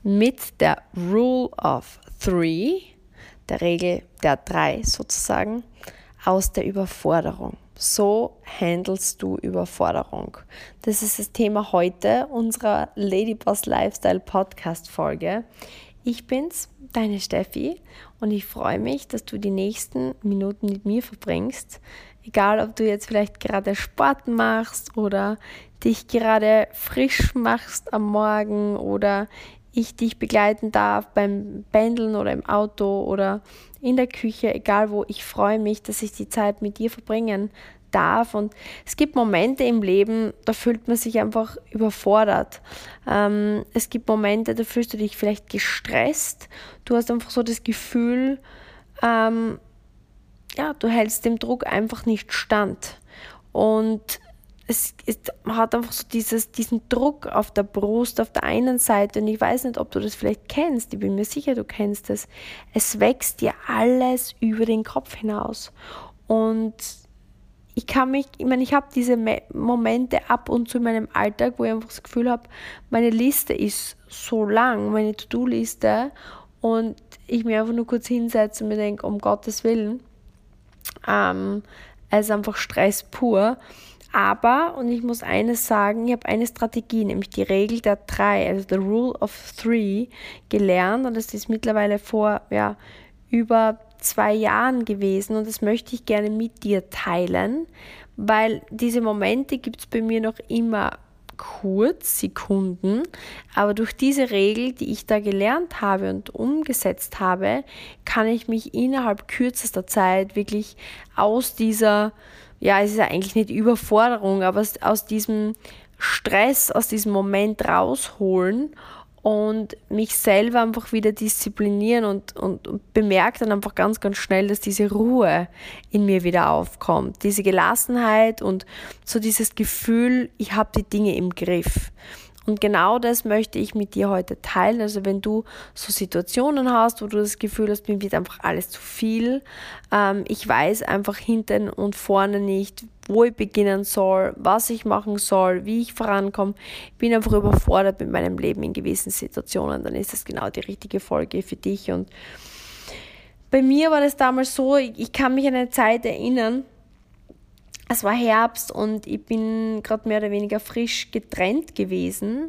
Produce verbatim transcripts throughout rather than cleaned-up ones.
mit der Rule of Three, der Regel der drei sozusagen, aus der Überforderung. So handelst du Überforderung. Das ist das Thema heute unserer Ladyboss Lifestyle Podcast Folge. Ich bin's, deine Steffi, und ich freue mich, dass du die nächsten Minuten mit mir verbringst. Egal, ob du jetzt vielleicht gerade Sport machst oder dich gerade frisch machst am Morgen oder ich dich begleiten darf beim Pendeln oder im Auto oder in der Küche, egal wo. Ich freue mich, dass ich die Zeit mit dir verbringen darf. Und es gibt Momente im Leben, da fühlt man sich einfach überfordert. Ähm, es gibt Momente, da fühlst du dich vielleicht gestresst. Du hast einfach so das Gefühl, ähm, ja, du hältst dem Druck einfach nicht stand. Und es ist, man hat einfach so dieses, diesen Druck auf der Brust auf der einen Seite, und ich weiß nicht, ob du das vielleicht kennst, ich bin mir sicher, du kennst das. Es wächst dir alles über den Kopf hinaus. Und ich kann mich, ich meine, ich habe diese Momente ab und zu in meinem Alltag, wo ich einfach das Gefühl habe, meine Liste ist so lang, meine To-Do-Liste, und ich mir einfach nur kurz hinsetze und mir denke, um Gottes Willen, ähm, es ist einfach Stress pur. Aber, und ich muss eines sagen, ich habe eine Strategie, nämlich die Regel der drei, also the Rule of Three, gelernt, und das ist mittlerweile vor ja, über zwei Jahren gewesen, und das möchte ich gerne mit dir teilen, weil diese Momente gibt es bei mir noch immer kurz, Sekunden, aber durch diese Regel, die ich da gelernt habe und umgesetzt habe, kann ich mich innerhalb kürzester Zeit wirklich aus dieser, ja, es ist ja eigentlich nicht Überforderung, aber aus diesem Stress, aus diesem Moment rausholen und mich selber einfach wieder disziplinieren und, und, und bemerke dann einfach ganz, ganz schnell, dass diese Ruhe in mir wieder aufkommt. Diese Gelassenheit und so dieses Gefühl, ich habe die Dinge im Griff. Und genau das möchte ich mit dir heute teilen. Also wenn du so Situationen hast, wo du das Gefühl hast, mir wird einfach alles zu viel. Ähm, ich weiß einfach hinten und vorne nicht, wo ich beginnen soll, was ich machen soll, wie ich vorankomme. Ich bin einfach überfordert mit meinem Leben in gewissen Situationen. Dann ist das genau die richtige Folge für dich. Und bei mir war das damals so, ich, ich kann mich an eine Zeit erinnern, es war Herbst und ich bin gerade mehr oder weniger frisch getrennt gewesen.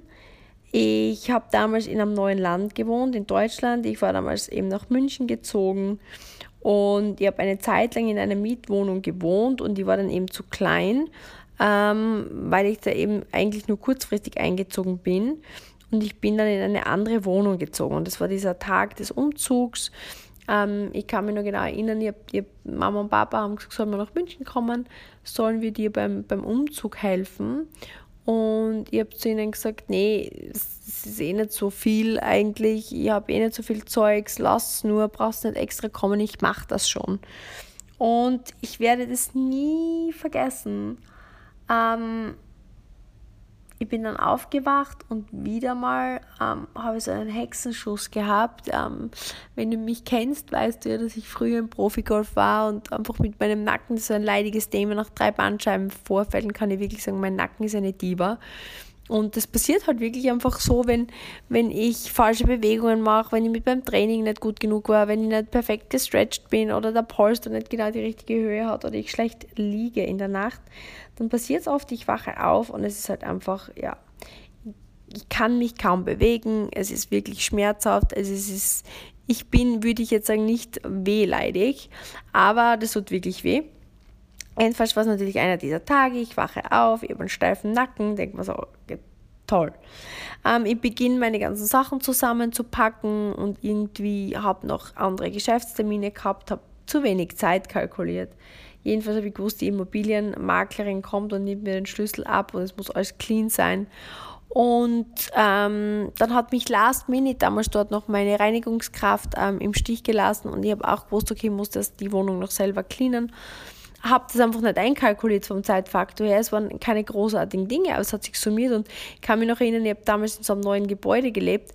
Ich habe damals in einem neuen Land gewohnt, in Deutschland. Ich war damals eben nach München gezogen und ich habe eine Zeit lang in einer Mietwohnung gewohnt, und die war dann eben zu klein, ähm, weil ich da eben eigentlich nur kurzfristig eingezogen bin, und ich bin dann in eine andere Wohnung gezogen, und das war dieser Tag des Umzugs. Ähm, ich kann mich noch genau erinnern, ich hab, ich hab, Mama und Papa haben gesagt, sollen wir nach München kommen, sollen wir dir beim, beim Umzug helfen? Und ich habe zu ihnen gesagt, nee, es ist eh nicht so viel eigentlich, ich habe eh nicht so viel Zeugs, lass es nur, brauchst nicht extra kommen, ich mache das schon. Und ich werde das nie vergessen. Ähm, Ich bin dann aufgewacht und wieder mal ähm, habe ich so einen Hexenschuss gehabt. Ähm, wenn du mich kennst, weißt du ja, dass ich früher im Profigolf war und einfach mit meinem Nacken, das ist so ein leidiges Thema, nach drei Bandscheibenvorfällen kann ich wirklich sagen, mein Nacken ist eine Diva. Und das passiert halt wirklich einfach so, wenn, wenn ich falsche Bewegungen mache, wenn ich mit meinem Training nicht gut genug war, wenn ich nicht perfekt gestretched bin oder der Polster nicht genau die richtige Höhe hat oder ich schlecht liege in der Nacht, dann passiert es oft, ich wache auf und es ist halt einfach, ja, ich kann mich kaum bewegen, es ist wirklich schmerzhaft, es ist, ich bin, würde ich jetzt sagen, nicht wehleidig, aber das tut wirklich weh. Jedenfalls war es natürlich einer dieser Tage, ich wache auf, ich habe einen steifen Nacken, denke mir so, okay, toll. Ähm, ich beginne meine ganzen Sachen zusammenzupacken und irgendwie habe noch andere Geschäftstermine gehabt, habe zu wenig Zeit kalkuliert. Jedenfalls habe ich gewusst, die Immobilienmaklerin kommt und nimmt mir den Schlüssel ab und es muss alles clean sein. Und ähm, dann hat mich last minute damals dort noch meine Reinigungskraft ähm, im Stich gelassen, und ich habe auch gewusst, okay, ich muss das, die Wohnung noch selber cleanen. Habe das einfach nicht einkalkuliert vom Zeitfaktor her. Es waren keine großartigen Dinge, aber es hat sich summiert, und ich kann mich noch erinnern, ich habe damals in so einem neuen Gebäude gelebt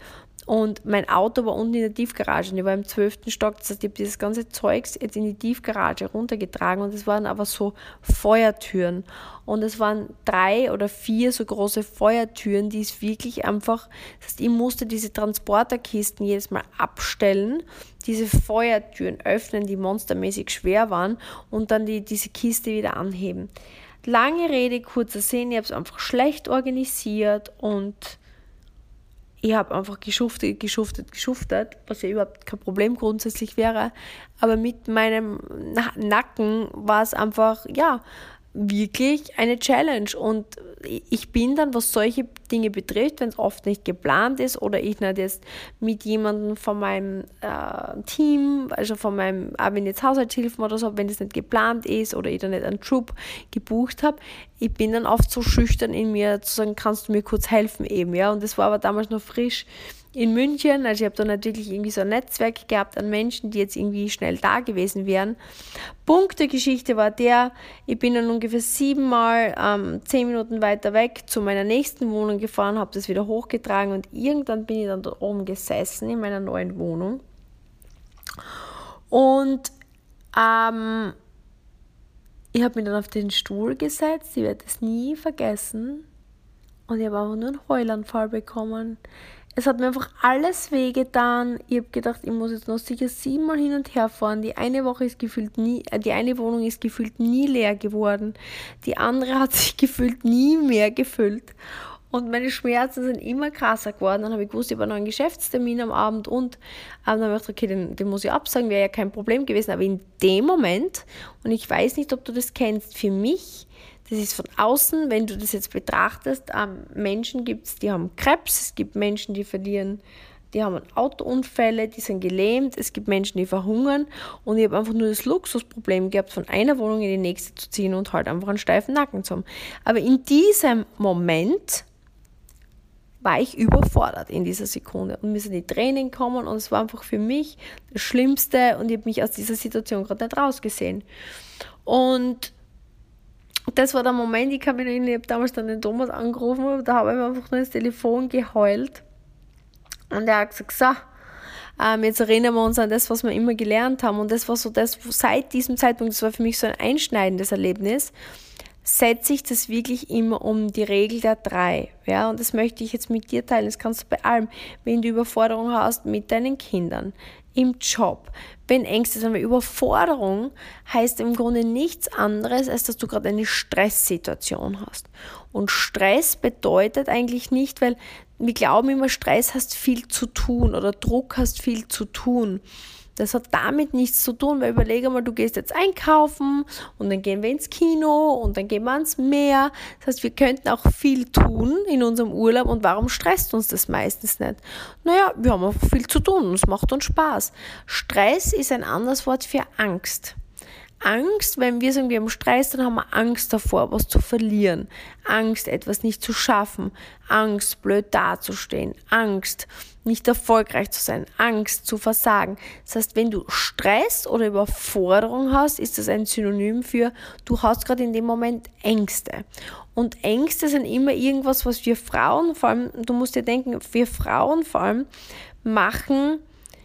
Und mein Auto war unten in der Tiefgarage und ich war im zwölften Stock. Das heißt, ich habe dieses ganze Zeugs jetzt in die Tiefgarage runtergetragen und es waren aber so Feuertüren. Und es waren drei oder vier so große Feuertüren, die es wirklich einfach, das heißt, ich musste diese Transporterkisten jedes Mal abstellen, diese Feuertüren öffnen, die monstermäßig schwer waren und dann die, diese Kiste wieder anheben. Lange Rede, kurzer Sinn, ich habe es einfach schlecht organisiert und ich habe einfach geschuftet, geschuftet, geschuftet, was ja überhaupt kein Problem grundsätzlich wäre. Aber mit meinem Nacken war es einfach, ja, wirklich eine Challenge. Und ich bin dann, was solche Dinge betrifft, wenn es oft nicht geplant ist oder ich nicht jetzt mit jemandem von meinem äh, Team, also von meinem, auch wenn jetzt Haushaltshilfen oder so, wenn das nicht geplant ist oder ich da nicht einen Job gebucht habe, ich bin dann oft so schüchtern in mir zu sagen, kannst du mir kurz helfen eben, ja, und das war aber damals noch frisch in München, also ich habe da nicht wirklich irgendwie so ein Netzwerk gehabt an Menschen, die jetzt irgendwie schnell da gewesen wären. Punkt der Geschichte war der, ich bin dann ungefähr siebenmal ähm, zehn Minuten weiter weg zu meiner nächsten Wohnung gefahren, habe das wieder hochgetragen und irgendwann bin ich dann da oben gesessen in meiner neuen Wohnung und ähm, ich habe mich dann auf den Stuhl gesetzt, ich werde es nie vergessen und ich habe einfach nur einen Heulanfall bekommen. Es hat mir einfach alles wehgetan. Ich habe gedacht, ich muss jetzt noch sicher siebenmal hin und her fahren. Die eine Woche ist gefühlt nie, äh, die eine Wohnung ist gefühlt nie leer geworden. Die andere hat sich gefühlt nie mehr gefüllt. Und meine Schmerzen sind immer krasser geworden. Dann habe ich gewusst, ich habe noch einen Geschäftstermin am Abend und ähm, dann habe ich gedacht, okay, den, den muss ich absagen, wäre ja kein Problem gewesen. Aber in dem Moment, und ich weiß nicht, ob du das kennst, für mich, das ist von außen, wenn du das jetzt betrachtest, ähm, Menschen gibt es, die haben Krebs, es gibt Menschen, die verlieren, die haben Autounfälle, die sind gelähmt, es gibt Menschen, die verhungern und ich habe einfach nur das Luxusproblem gehabt, von einer Wohnung in die nächste zu ziehen und halt einfach einen steifen Nacken zu haben. Aber in diesem Moment war ich überfordert in dieser Sekunde und mir sind die Tränen gekommen und es war einfach für mich das Schlimmste und ich habe mich aus dieser Situation gerade nicht rausgesehen. Und das war der Moment, ich kann mich erinnern, ich habe damals dann den Thomas angerufen, da habe ich mir einfach nur ins Telefon geheult und er hat gesagt, so, ähm, jetzt erinnern wir uns an das, was wir immer gelernt haben und das war so das, seit diesem Zeitpunkt, das war für mich so ein einschneidendes Erlebnis, setze ich das wirklich immer um die Regel der drei, ja, und das möchte ich jetzt mit dir teilen, das kannst du bei allem, wenn du Überforderung hast mit deinen Kindern, im Job, wenn Ängste sind, weil Überforderung heißt im Grunde nichts anderes, als dass du gerade eine Stresssituation hast. Und Stress bedeutet eigentlich nicht, weil wir glauben immer, Stress hast viel zu tun oder Druck hast viel zu tun. Das hat damit nichts zu tun, weil überlege mal, du gehst jetzt einkaufen und dann gehen wir ins Kino und dann gehen wir ans Meer. Das heißt, wir könnten auch viel tun in unserem Urlaub und warum stresst uns das meistens nicht? Naja, wir haben auch viel zu tun und es macht uns Spaß. Stress ist ein anderes Wort für Angst. Angst, wenn wir sagen, wir haben Stress, dann haben wir Angst davor, was zu verlieren. Angst, etwas nicht zu schaffen. Angst, blöd dazustehen. Angst, nicht erfolgreich zu sein. Angst, zu versagen. Das heißt, wenn du Stress oder Überforderung hast, ist das ein Synonym für, du hast gerade in dem Moment Ängste. Und Ängste sind immer irgendwas, was wir Frauen, vor allem, du musst dir denken, wir Frauen vor allem, machen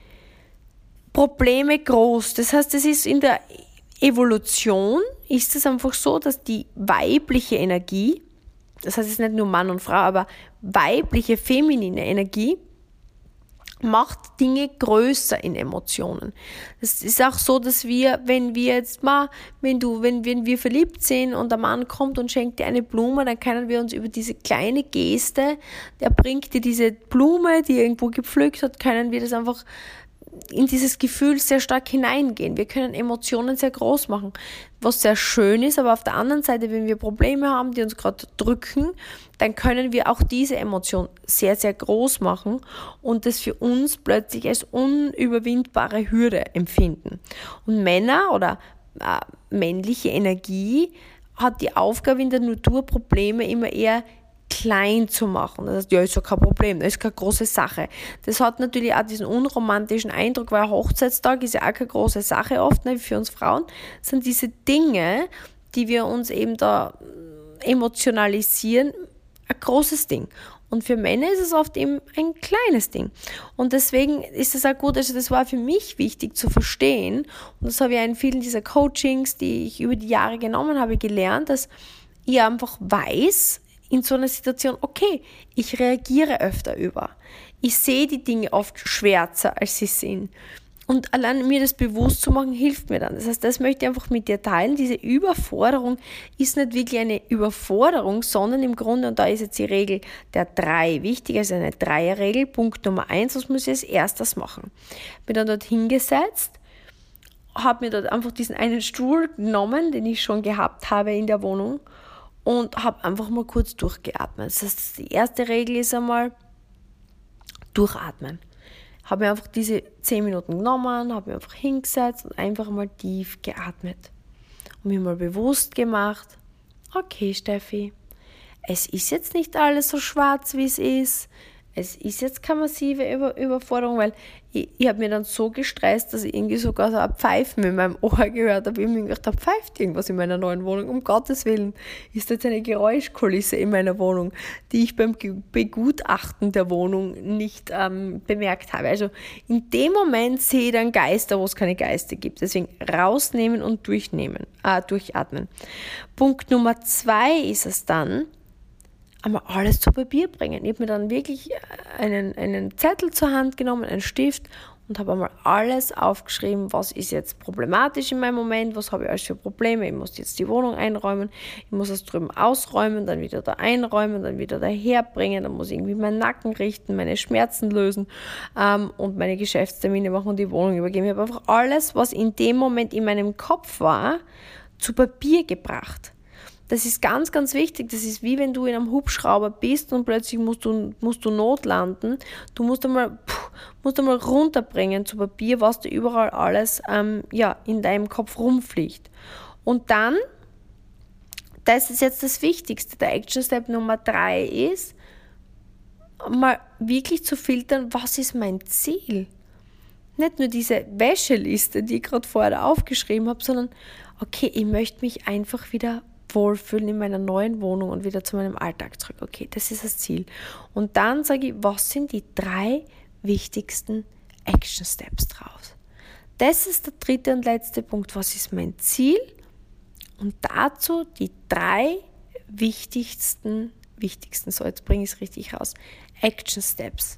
Probleme groß. Das heißt, es ist in der Evolution ist es einfach so, dass die weibliche Energie, das heißt es ist nicht nur Mann und Frau, aber weibliche, feminine Energie macht Dinge größer in Emotionen. Es ist auch so, dass wir, wenn wir jetzt mal, wenn du, wenn, wenn wir verliebt sind und der Mann kommt und schenkt dir eine Blume, dann können wir uns über diese kleine Geste, der bringt dir diese Blume, die er irgendwo gepflückt hat, können wir das einfach in dieses Gefühl sehr stark hineingehen. Wir können Emotionen sehr groß machen, was sehr schön ist, aber auf der anderen Seite, wenn wir Probleme haben, die uns gerade drücken, dann können wir auch diese Emotion sehr, sehr groß machen und das für uns plötzlich als unüberwindbare Hürde empfinden. Und Männer oder äh, männliche Energie hat die Aufgabe in der Natur, Probleme immer eher klein zu machen. Das heißt, ja, ist ja kein Problem, das ist keine große Sache. Das hat natürlich auch diesen unromantischen Eindruck, weil ein Hochzeitstag ist ja auch keine große Sache oft, ne, für uns Frauen, das sind diese Dinge, die wir uns eben da emotionalisieren, ein großes Ding. Und für Männer ist es oft eben ein kleines Ding. Und deswegen ist es auch gut, also das war für mich wichtig zu verstehen. Und das habe ich in vielen dieser Coachings, die ich über die Jahre genommen habe, gelernt, dass ich einfach weiß, in so einer Situation, okay, ich reagiere öfter über. Ich sehe die Dinge oft schwärzer, als sie sind. Und allein mir das bewusst zu machen, hilft mir dann. Das heißt, das möchte ich einfach mit dir teilen. Diese Überforderung ist nicht wirklich eine Überforderung, sondern im Grunde, und da ist jetzt die Regel der drei wichtig, also eine Dreierregel. Punkt Nummer eins, was muss ich als erstes machen? Bin dann dort hingesetzt, habe mir dort einfach diesen einen Stuhl genommen, den ich schon gehabt habe in der Wohnung, und habe einfach mal kurz durchgeatmet. Das heißt, die erste Regel ist einmal durchatmen. Habe mir einfach diese zehn Minuten genommen, habe mir einfach hingesetzt und einfach mal tief geatmet. Und mir mal bewusst gemacht, okay Steffi, es ist jetzt nicht alles so schwarz, wie es ist. Es ist jetzt keine massive Über- Überforderung, weil ich, ich habe mir dann so gestresst, dass ich irgendwie sogar so ein Pfeifen in meinem Ohr gehört habe. Ich habe mir gedacht, da pfeift irgendwas in meiner neuen Wohnung. Um Gottes Willen ist jetzt eine Geräuschkulisse in meiner Wohnung, die ich beim Begutachten der Wohnung nicht ähm, bemerkt habe. Also in dem Moment sehe ich dann Geister, wo es keine Geister gibt. Deswegen rausnehmen und durchnehmen, äh, durchatmen. Punkt Nummer zwei ist es dann, einmal alles zu Papier bringen. Ich habe mir dann wirklich einen, einen Zettel zur Hand genommen, einen Stift und habe einmal alles aufgeschrieben, was ist jetzt problematisch in meinem Moment, was habe ich alles für Probleme. Ich muss jetzt die Wohnung einräumen, ich muss es drüben ausräumen, dann wieder da einräumen, dann wieder daher bringen, dann muss ich irgendwie meinen Nacken richten, meine Schmerzen lösen ähm, und meine Geschäftstermine machen und die Wohnung übergeben. Ich habe einfach alles, was in dem Moment in meinem Kopf war, zu Papier gebracht. Das ist ganz, ganz wichtig. Das ist wie wenn du in einem Hubschrauber bist und plötzlich musst du, musst du notlanden. Du musst einmal, puh, musst einmal runterbringen zu Papier, was da überall alles ähm, ja, in deinem Kopf rumfliegt. Und dann, das ist jetzt das Wichtigste, der Action Step Nummer drei ist, mal wirklich zu filtern, was ist mein Ziel? Nicht nur diese Wäscheliste, die ich gerade vorher aufgeschrieben habe, sondern okay, ich möchte mich einfach wieder wohlfühlen in meiner neuen Wohnung und wieder zu meinem Alltag zurück. Okay, das ist das Ziel. Und dann sage ich, was sind die drei wichtigsten Action Steps draus? Das ist der dritte und letzte Punkt. Was ist mein Ziel? Und dazu die drei wichtigsten, wichtigsten, so jetzt bringe ich es richtig raus, Action Steps.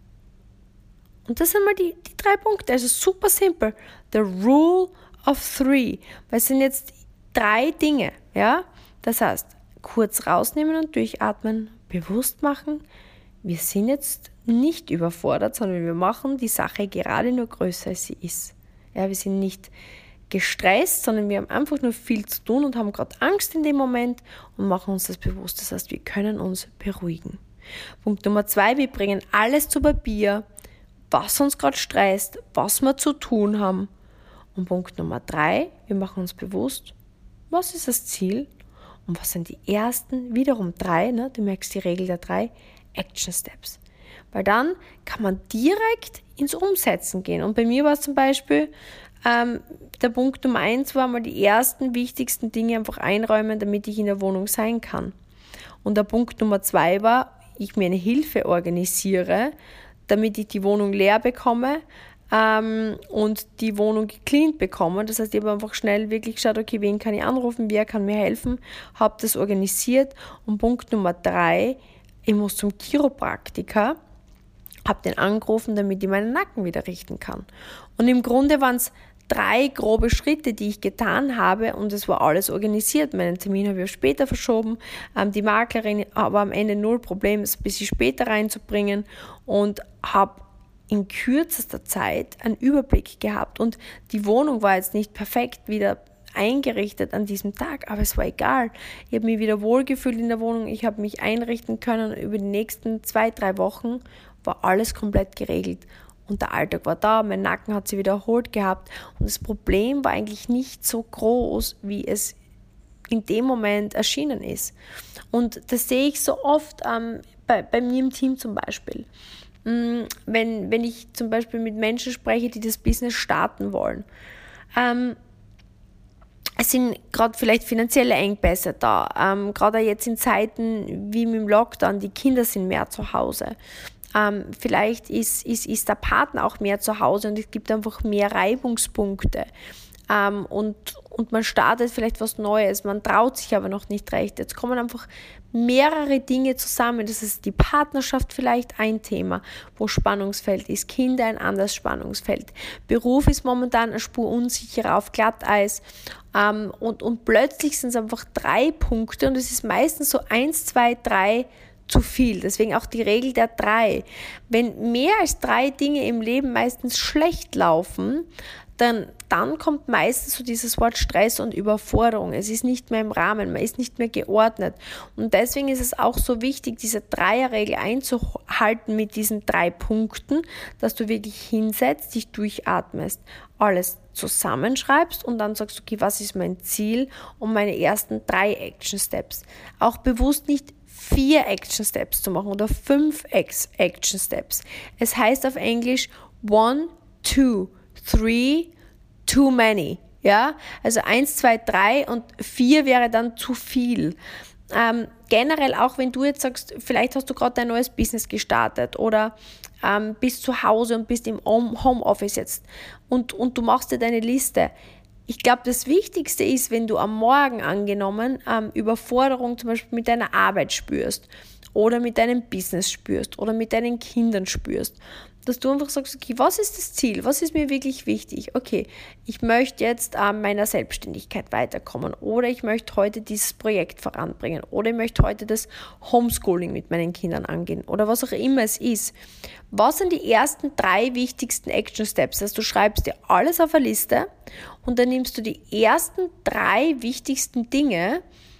Und das sind mal die, die drei Punkte. Also super simpel. The Rule of Three. Weil es sind jetzt drei Dinge, ja. Das heißt, kurz rausnehmen und durchatmen, bewusst machen. Wir sind jetzt nicht überfordert, sondern wir machen die Sache gerade nur größer, als sie ist. Ja, wir sind nicht gestresst, sondern wir haben einfach nur viel zu tun und haben gerade Angst in dem Moment und machen uns das bewusst. Das heißt, wir können uns beruhigen. Punkt Nummer zwei, wir bringen alles zu Papier, was uns gerade stresst, was wir zu tun haben. Und Punkt Nummer drei, wir machen uns bewusst, was ist das Ziel und was sind die ersten, wiederum drei, ne, du merkst die Regel der drei, Action Steps. Weil dann kann man direkt ins Umsetzen gehen. Und bei mir war es zum Beispiel, ähm, der Punkt Nummer eins war mal die ersten wichtigsten Dinge einfach einräumen, damit ich in der Wohnung sein kann. Und der Punkt Nummer zwei war, ich mir eine Hilfe organisiere, damit ich die Wohnung leer bekomme, Ähm, und die Wohnung gecleant bekommen. Das heißt, ich habe einfach schnell wirklich geschaut, okay, wen kann ich anrufen, wer kann mir helfen, habe das organisiert. Und Punkt Nummer drei, ich muss zum Chiropraktiker, habe den angerufen, damit ich meinen Nacken wieder richten kann. Und im Grunde waren es drei grobe Schritte, die ich getan habe und es war alles organisiert. Meinen Termin habe ich auf später verschoben. Ähm, die Maklerin war am Ende null Problem, es ein bisschen später reinzubringen und habe in kürzester Zeit einen Überblick gehabt und die Wohnung war jetzt nicht perfekt wieder eingerichtet an diesem Tag, aber es war egal. Ich habe mich wieder wohlgefühlt in der Wohnung, ich habe mich einrichten können und über die nächsten zwei, drei Wochen war alles komplett geregelt und der Alltag war da, mein Nacken hat sich wieder erholt gehabt und das Problem war eigentlich nicht so groß, wie es in dem Moment erschienen ist. Und das sehe ich so oft ähm, bei, bei mir im Team zum Beispiel. Wenn, wenn ich zum Beispiel mit Menschen spreche, die das Business starten wollen. Ähm, es sind gerade vielleicht finanzielle Engpässe da, ähm, gerade jetzt in Zeiten wie mit dem Lockdown, die Kinder sind mehr zu Hause. Ähm, vielleicht ist, ist, ist der Partner auch mehr zu Hause und es gibt einfach mehr Reibungspunkte. Ähm, und, und man startet vielleicht was Neues, man traut sich aber noch nicht recht. Jetzt kommen einfach mehrere Dinge zusammen. Das ist die Partnerschaft vielleicht ein Thema, wo Spannungsfeld ist, Kinder ein anderes Spannungsfeld. Beruf ist momentan eine Spur unsicherer auf Glatteis. Ähm, und, und plötzlich sind es einfach drei Punkte und es ist meistens so eins, zwei, drei zu viel. Deswegen auch die Regel der drei. Wenn mehr als drei Dinge im Leben meistens schlecht laufen, dann, dann kommt meistens so dieses Wort Stress und Überforderung. Es ist nicht mehr im Rahmen, man ist nicht mehr geordnet. Und deswegen ist es auch so wichtig, diese Dreierregel einzuhalten mit diesen drei Punkten, dass du wirklich hinsetzt, dich durchatmest, alles zusammenschreibst und dann sagst, okay, was ist mein Ziel und meine ersten drei Action Steps. Auch bewusst nicht vier Action Steps zu machen oder fünf Action Steps. Es heißt auf Englisch one, two, three, too many. Ja, also eins, zwei, drei und vier wäre dann zu viel. Ähm, generell auch, wenn du jetzt sagst, vielleicht hast du gerade dein neues Business gestartet oder ähm, bist zu Hause und bist im Homeoffice jetzt und, und du machst dir deine Liste. Ich glaube, das Wichtigste ist, wenn du am Morgen angenommen ähm, Überforderung zum Beispiel mit deiner Arbeit spürst oder mit deinem Business spürst oder mit deinen Kindern spürst, dass du einfach sagst, okay, was ist das Ziel? Was ist mir wirklich wichtig? Okay, ich möchte jetzt an ähm, meiner Selbstständigkeit weiterkommen oder ich möchte heute dieses Projekt voranbringen oder ich möchte heute das Homeschooling mit meinen Kindern angehen oder was auch immer es ist. Was sind die ersten drei wichtigsten Action Steps? Also du schreibst dir alles auf eine Liste und dann nimmst du die ersten drei wichtigsten Dinge,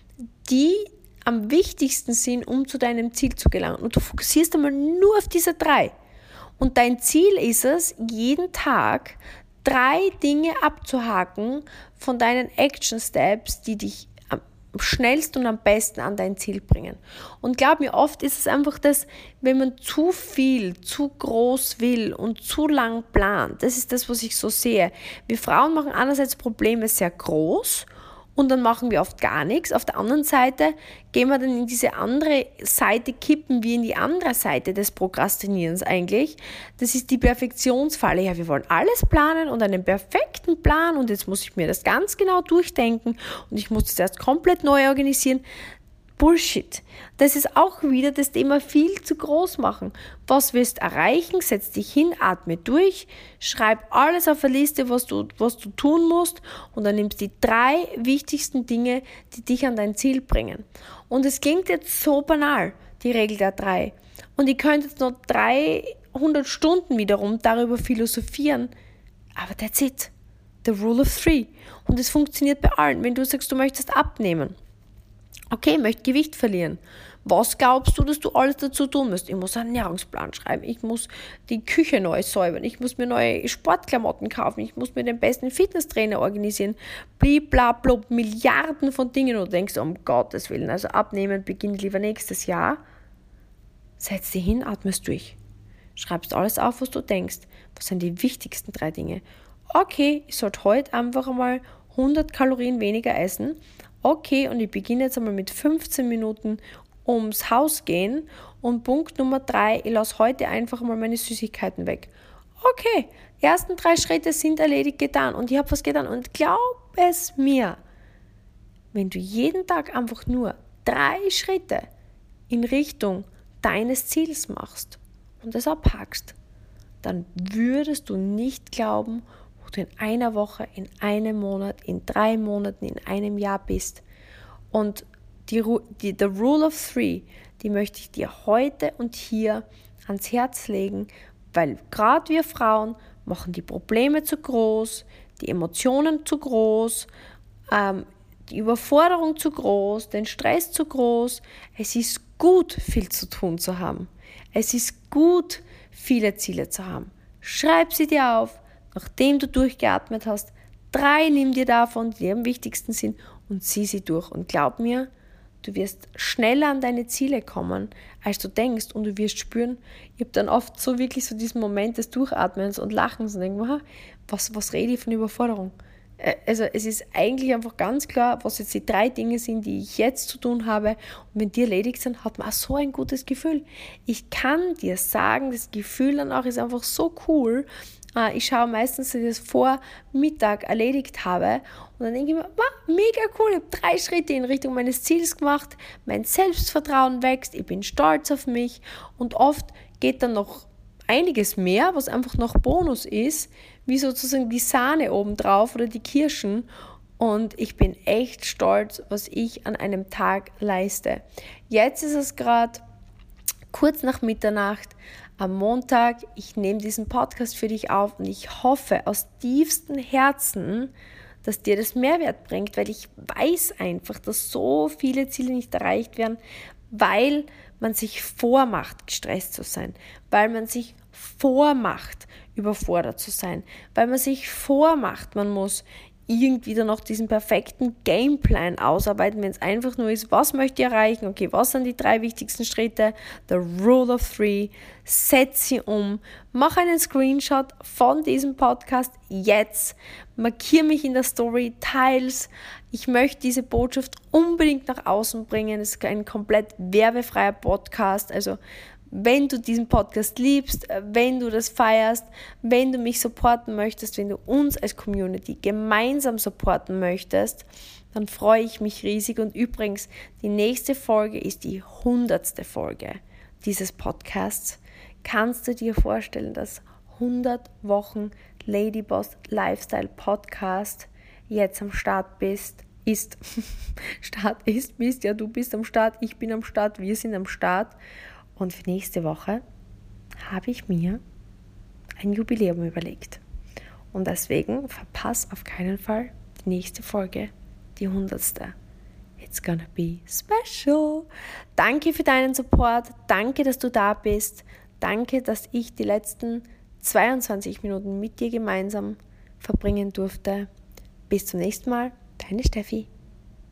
die am wichtigsten sind, um zu deinem Ziel zu gelangen. Und du fokussierst einmal nur auf diese drei. Und dein Ziel ist es, jeden Tag drei Dinge abzuhaken von deinen Action Steps, die dich am schnellsten und am besten an dein Ziel bringen. Und glaub mir, oft ist es einfach das, wenn man zu viel, zu groß will und zu lang plant, das ist das, was ich so sehe. Wir Frauen machen einerseits Probleme sehr groß und dann machen wir oft gar nichts. Auf der anderen Seite gehen wir dann in diese andere Seite, kippen wir in die andere Seite des Prokrastinierens eigentlich. Das ist die Perfektionsfalle. Ja, wir wollen alles planen und einen perfekten Plan und jetzt muss ich mir das ganz genau durchdenken und ich muss das erst komplett neu organisieren. Bullshit. Das ist auch wieder das Thema viel zu groß machen. Was willst du erreichen? Setz dich hin, atme durch, schreib alles auf eine Liste, was du, was du tun musst und dann nimmst du die drei wichtigsten Dinge, die dich an dein Ziel bringen. Und es klingt jetzt so banal, die Regel der drei. Und ich könnte jetzt noch dreihundert Stunden wiederum darüber philosophieren, aber that's it. The rule of three. Und es funktioniert bei allen. Wenn du sagst, du möchtest abnehmen, okay, ich möchte Gewicht verlieren. Was glaubst du, dass du alles dazu tun musst? Ich muss einen Ernährungsplan schreiben, ich muss die Küche neu säubern, ich muss mir neue Sportklamotten kaufen, ich muss mir den besten Fitnesstrainer organisieren, bliblablub, Milliarden von Dingen. Und du denkst, um Gottes Willen, also abnehmen beginnt lieber nächstes Jahr. Setz dich hin, atmest durch. Schreibst alles auf, was du denkst. Was sind die wichtigsten drei Dinge? Okay, ich sollte heute einfach einmal hundert Kalorien weniger essen. Okay, und ich beginne jetzt einmal mit fünfzehn Minuten ums Haus gehen und Punkt Nummer drei, ich lasse heute einfach mal meine Süßigkeiten weg. Okay, die ersten drei Schritte sind erledigt, getan und ich habe was getan und glaub es mir, wenn du jeden Tag einfach nur drei Schritte in Richtung deines Ziels machst und das abhackst, dann würdest du nicht glauben, du in einer Woche, in einem Monat, in drei Monaten, in einem Jahr bist. Und die, die the Rule of Three, die möchte ich dir heute und hier ans Herz legen, weil gerade wir Frauen machen die Probleme zu groß, die Emotionen zu groß, ähm, die Überforderung zu groß, den Stress zu groß. Es ist gut, viel zu tun zu haben. Es ist gut, viele Ziele zu haben. Schreib sie dir auf. Nachdem du durchgeatmet hast, drei nimm dir davon, die am wichtigsten sind und zieh sie durch. Und glaub mir, du wirst schneller an deine Ziele kommen, als du denkst und du wirst spüren, ich habe dann oft so wirklich so diesen Moment des Durchatmens und Lachens und denke mir, was, was rede ich von Überforderung? Also es ist eigentlich einfach ganz klar, was jetzt die drei Dinge sind, die ich jetzt zu tun habe. Und wenn die erledigt sind, hat man auch so ein gutes Gefühl. Ich kann dir sagen, das Gefühl dann auch ist einfach so cool. Ich schaue meistens, dass ich das vor Mittag erledigt habe und dann denke ich mir, wow, mega cool, ich habe drei Schritte in Richtung meines Ziels gemacht, mein Selbstvertrauen wächst, ich bin stolz auf mich und oft geht dann noch einiges mehr, was einfach noch Bonus ist, wie sozusagen die Sahne obendrauf oder die Kirschen und ich bin echt stolz, was ich an einem Tag leiste. Jetzt ist es gerade kurz nach Mitternacht, am Montag, ich nehme diesen Podcast für dich auf und ich hoffe aus tiefstem Herzen, dass dir das Mehrwert bringt, weil ich weiß einfach, dass so viele Ziele nicht erreicht werden, weil man sich vormacht, gestresst zu sein, weil man sich vormacht, überfordert zu sein, weil man sich vormacht, man muss irgendwie dann noch diesen perfekten Gameplan ausarbeiten, wenn es einfach nur ist, was möchte ich erreichen, okay, was sind die drei wichtigsten Schritte, the rule of three, setz sie um, mach einen Screenshot von diesem Podcast jetzt, markiere mich in der Story, teils, ich möchte diese Botschaft unbedingt nach außen bringen, es ist ein komplett werbefreier Podcast, also wenn du diesen Podcast liebst, wenn du das feierst, wenn du mich supporten möchtest, wenn du uns als Community gemeinsam supporten möchtest, dann freue ich mich riesig. Und übrigens, die nächste Folge ist die hundertste Folge dieses Podcasts. Kannst du dir vorstellen, dass hundert Wochen Ladyboss Lifestyle Podcast jetzt am Start bist? Ist. Start ist, bist, ja, du bist am Start, ich bin am Start, wir sind am Start. Und für nächste Woche habe ich mir ein Jubiläum überlegt. Und deswegen verpass auf keinen Fall die nächste Folge, die hundertste. It's gonna be special. Danke für deinen Support. Danke, dass du da bist. Danke, dass ich die letzten zweiundzwanzig Minuten mit dir gemeinsam verbringen durfte. Bis zum nächsten Mal. Deine Steffi.